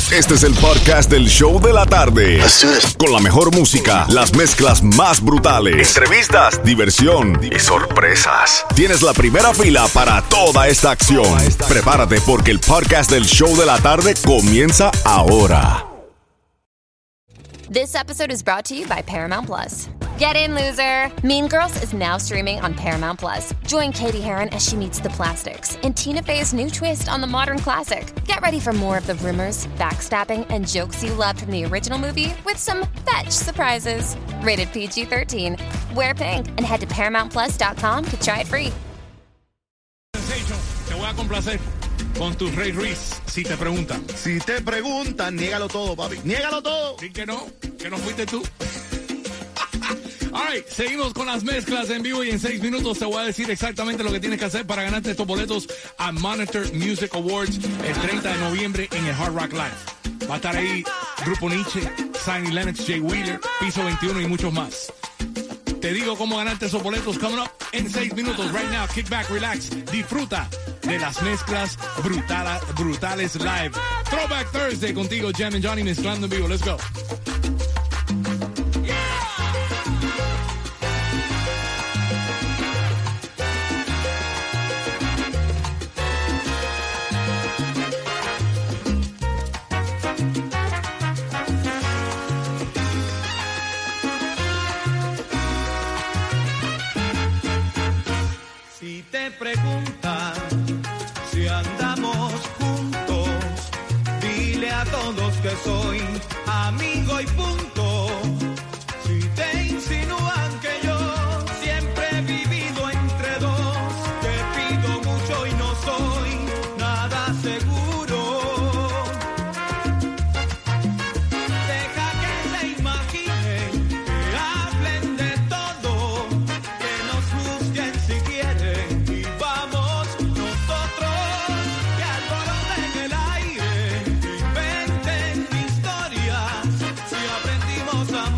Este es el podcast del show de la tarde. Con la mejor música, las mezclas más brutales, entrevistas, diversión y sorpresas. Tienes la primera fila para toda esta acción. Prepárate porque el podcast del show de la tarde comienza ahora. This episode is brought to you by Paramount Plus. Get in, loser! Mean Girls is now streaming on Paramount Plus. Join Katie Heron as she meets the plastics in Tina Fey's new twist on the modern classic. Get ready for more of the rumors, backstabbing, and jokes you loved from the original movie with some fetch surprises. Rated PG-13. Wear pink and head to ParamountPlus.com to try it free. Te voy a complacer con tu Rey Ruiz, si te preguntan. Si te preguntan, niégalo todo, papi. Niégalo todo. Di que no fuiste tú. All right, seguimos con las mezclas en vivo y en 6 minutos te voy a decir exactamente lo que tienes que hacer para ganarte estos boletos a Monitor Music Awards el 30 de noviembre en el Hard Rock Live. Va a estar ahí Grupo Nietzsche, Signy Lennox, Jay Wheeler, Piso 21 y muchos más. Te digo cómo ganarte esos boletos coming up en 6 minutos. Right now, kick back, relax, disfruta de las mezclas brutales live. Throwback Thursday contigo, Jam and Johnny mezclando en vivo. Let's go. Si te preguntan si andamos juntos, dile a todos que soy amigo y punto. Si te insinúan que yo siempre he vivido entre dos, te pido mucho y no soy nada seguro. Deja que se imaginen, que hablen de todo, que nos juzguen si quieren. Y vamos nosotros, que alboroten el aire, que inventen historias, si aprendimos a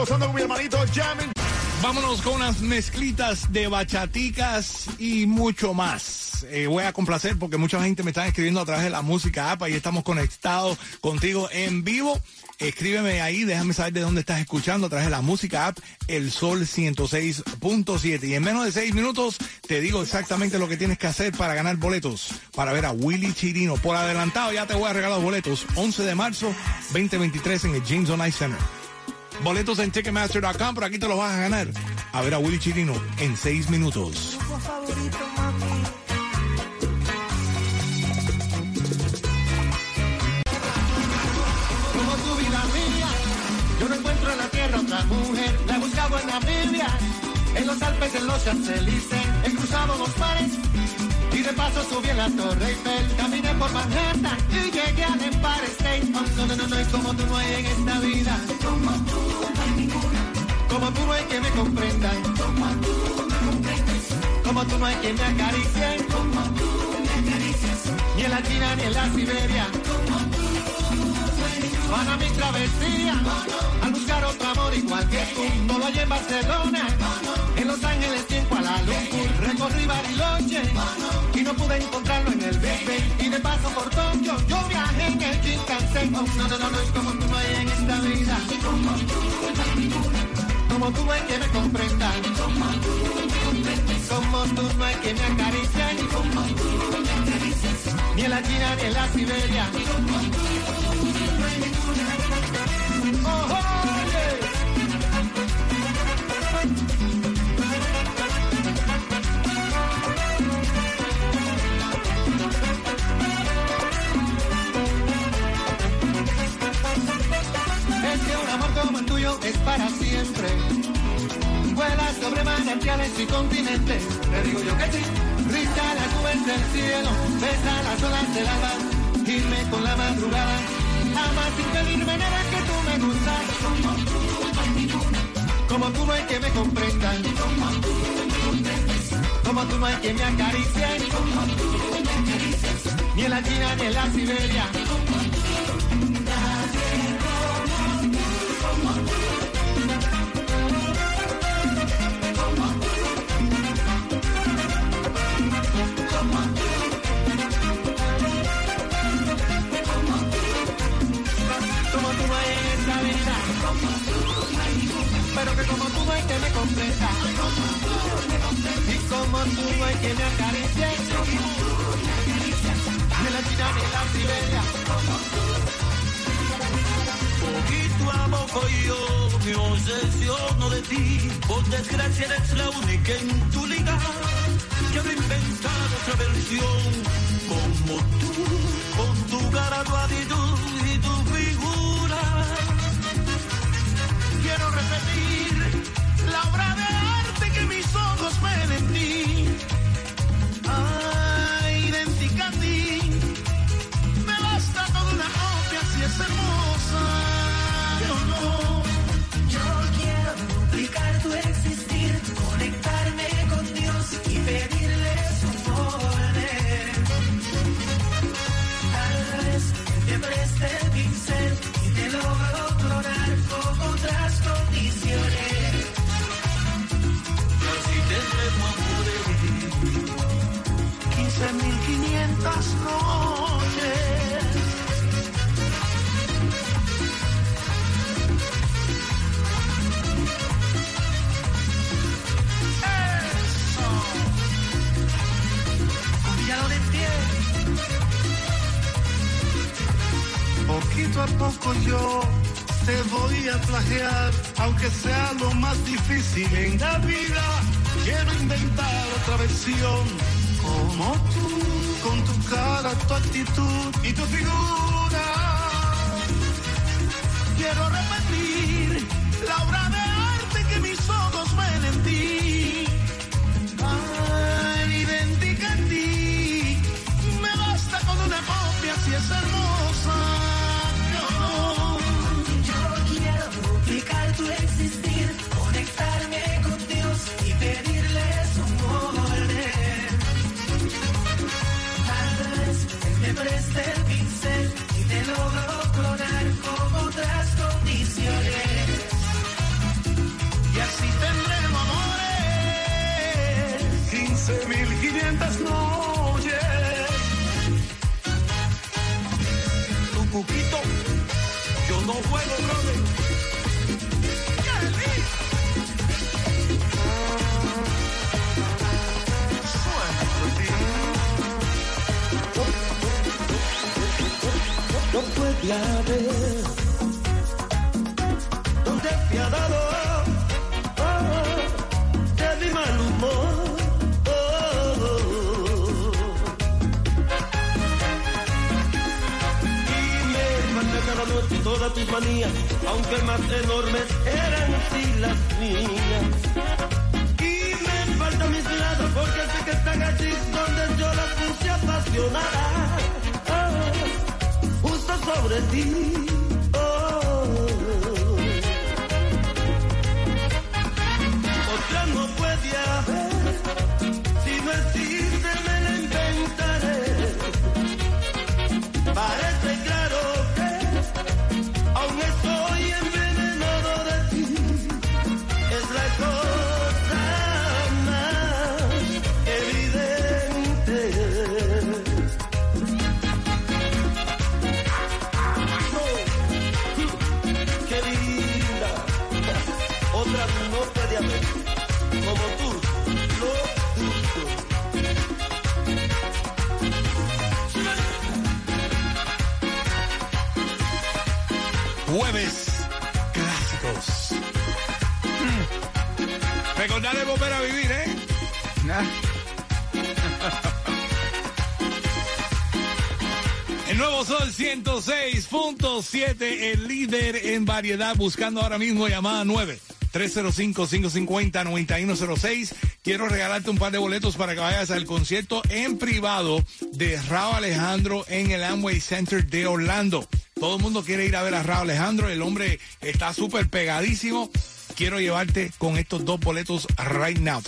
gozando con mi hermanito Jamming. Vámonos con unas mezclitas de bachaticas y mucho más. Voy a complacer porque mucha gente me está escribiendo a través de la música app y estamos conectados contigo en vivo. Escríbeme ahí, déjame saber de dónde estás escuchando a través de la música app El Sol 106.7. Y en menos de 6 minutos te digo exactamente lo que tienes que hacer para ganar boletos para ver a Willy Chirino. Por adelantado ya te voy a regalar los boletos. 11 de marzo 2023 en el James O'Neill Center. Boletos en Ticketmaster.com, pero aquí te los vas a ganar. A ver a Willy Chirino en 6 minutos. Como tu vida mía, yo no encuentro en la tierra otra mujer. La he buscado en Namibia, en los Alpes, en los Champs-Élysées. He cruzado los mares y de paso subí en la Torre Eiffel. Caminé por Manhattan y llegué al Empire State. Oh, no, y como tú no hay en esta vida. Como tú no hay ninguna. Como tú no hay quien me comprenda. Como tú me comprendes. Como tú no hay quien me acaricie. Como tú me acaricias. Ni en la China ni en la Siberia. Como tú no hay ninguna. Van a mi travesía. Al buscar otro amor igual que tú. No lo hay en Barcelona. En Los Ángeles y en Kuala Lumpur. Recorrí Bariloche. Y no pude encontrarlo en el Big Ben. Y de paso por Tokio, yo viajé en el Shinkansen. Oh, no, es como tú no hay en esta vida. Como tú no hay ninguna. Como tú no hay que me comprenda. Como tú me comprendes. Como tú no hay que me acaricie. Como tú me acaricias. Ni en la China ni en la Siberia. Como tú no hay ninguna. Oh, yeah. Como el tuyo es para siempre. Vuela sobre manantiales y continentes. Te digo yo que sí. Rita las nubes del cielo. Besa las olas del alba. Irme con la madrugada. Ama sin pedirme nada que tú me gustas. Como tú no hay ninguna. Como tú no hay que me comprendan. Como tú me comprendes. Como tú no hay que me acaricie. Como tú me acaricias. Ni en la China ni en la Siberia. Como tú. Pero que como tú no hay que me comprenda. Y como tú no hay que me acaricie. Ni la China ni la Siberia. Poquito a poco yo me obsesiono de ti. Por desgracia eres la única en tu liga. Quiero inventar otra versión como tú, con tu cara, tu actitud y tu figura. Quiero repetir la obra de arte que mis ojos ven en ti. Ay, idéntica a ti. Me basta con una copia si es hermosa. Yo no. Yo quiero duplicar tu existir, conectarme con Dios y pedirle su orden. Tal vez te preste el pincel y te logro clonar con otras condiciones. Y así tendremos amores 15.500 noches. Eso. Ya lo entiendo. Poquito a poco yo te voy a plagiar, aunque sea lo más difícil en la vida. Quiero inventar otra versión como tú, con tu cara, tu actitud y tu figura. Quiero repetir la obra de arte que mis ojos ven en ti. Ay, idéntica a ti. Me basta con una copia si es hermosa. Yo quiero duplicar tu existir, conectarme con Dios y pedirle su orden. Tal vez me preste el pincel y te logro clonar con otras condiciones. truquito. Yo no juego, brother. No puede haber un despiadado de mi mal humor. Y me manda cada noche todas tus manías, aunque más enormes eran sí las mías. Y me faltan mis lados porque sé que están allí donde yo las puse apasionadas. Justo sobre ti. Otra no puede haber. Si no existe me la inventaré. Parece claro que aún estoy envenenado de ti. Es la cosa más evidente. Otra no puede haber, como tú, lo justo. Jueves clásicos. Recordarle volver a vivir, ¿eh? El Nuevo Sol 106.7, el líder en variedad, buscando ahora mismo llamada 9-305-550-9106. Quiero regalarte un par de boletos para que vayas al concierto en privado de Rauw Alejandro en el Amway Center de Orlando. Todo el mundo quiere ir a ver a Rauw Alejandro, el hombre está súper pegadísimo. Quiero llevarte con estos dos boletos right now.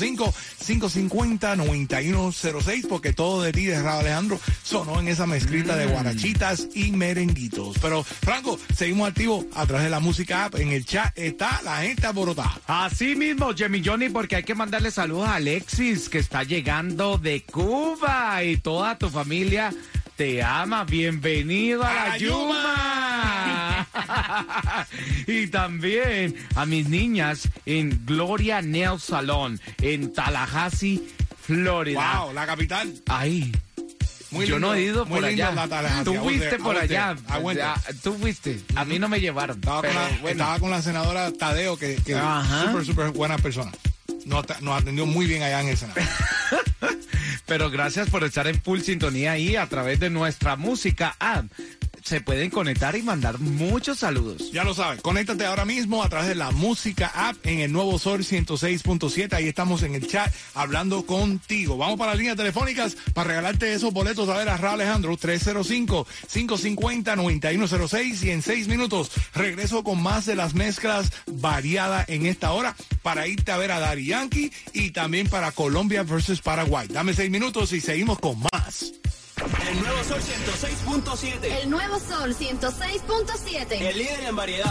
305-550-9106, porque todo de ti, de Rauw Alejandro, sonó en esa mezclita de guarachitas y merenguitos. Pero, Franco, seguimos activos a través de la música app. En el chat está la gente alborotada. Así mismo, Jimmy Johnny, porque hay que mandarle saludos a Alexis, que está llegando de Cuba, y toda tu familia te ama. Bienvenido a la Yuma. Y también a mis niñas en Gloria Nail Salon en Tallahassee, Florida. Wow, la capital. Ahí. Muy yo lindo, no he ido por allá. Tú fuiste por allá. Tú fuiste. A mí no me llevaron. Estaba con la senadora Tadeo, que es súper buena persona. Nos atendió muy bien allá en el Senado. Pero gracias por estar en full sintonía ahí a través de nuestra música app. Se pueden conectar y mandar muchos saludos. Ya lo sabes, conéctate ahora mismo a través de la música app en el Nuevo Sol 106.7. Ahí estamos en el chat hablando contigo. Vamos para las líneas telefónicas para regalarte esos boletos a ver a Rauw Alejandro. 305-550-9106. Y en 6 minutos regreso con más de las mezclas variadas en esta hora para irte a ver a Daddy Yankee y también para Colombia versus Paraguay. Dame 6 minutos y seguimos con más. El Nuevo Sol 106.7. El Nuevo Sol 106.7. El líder en variedad.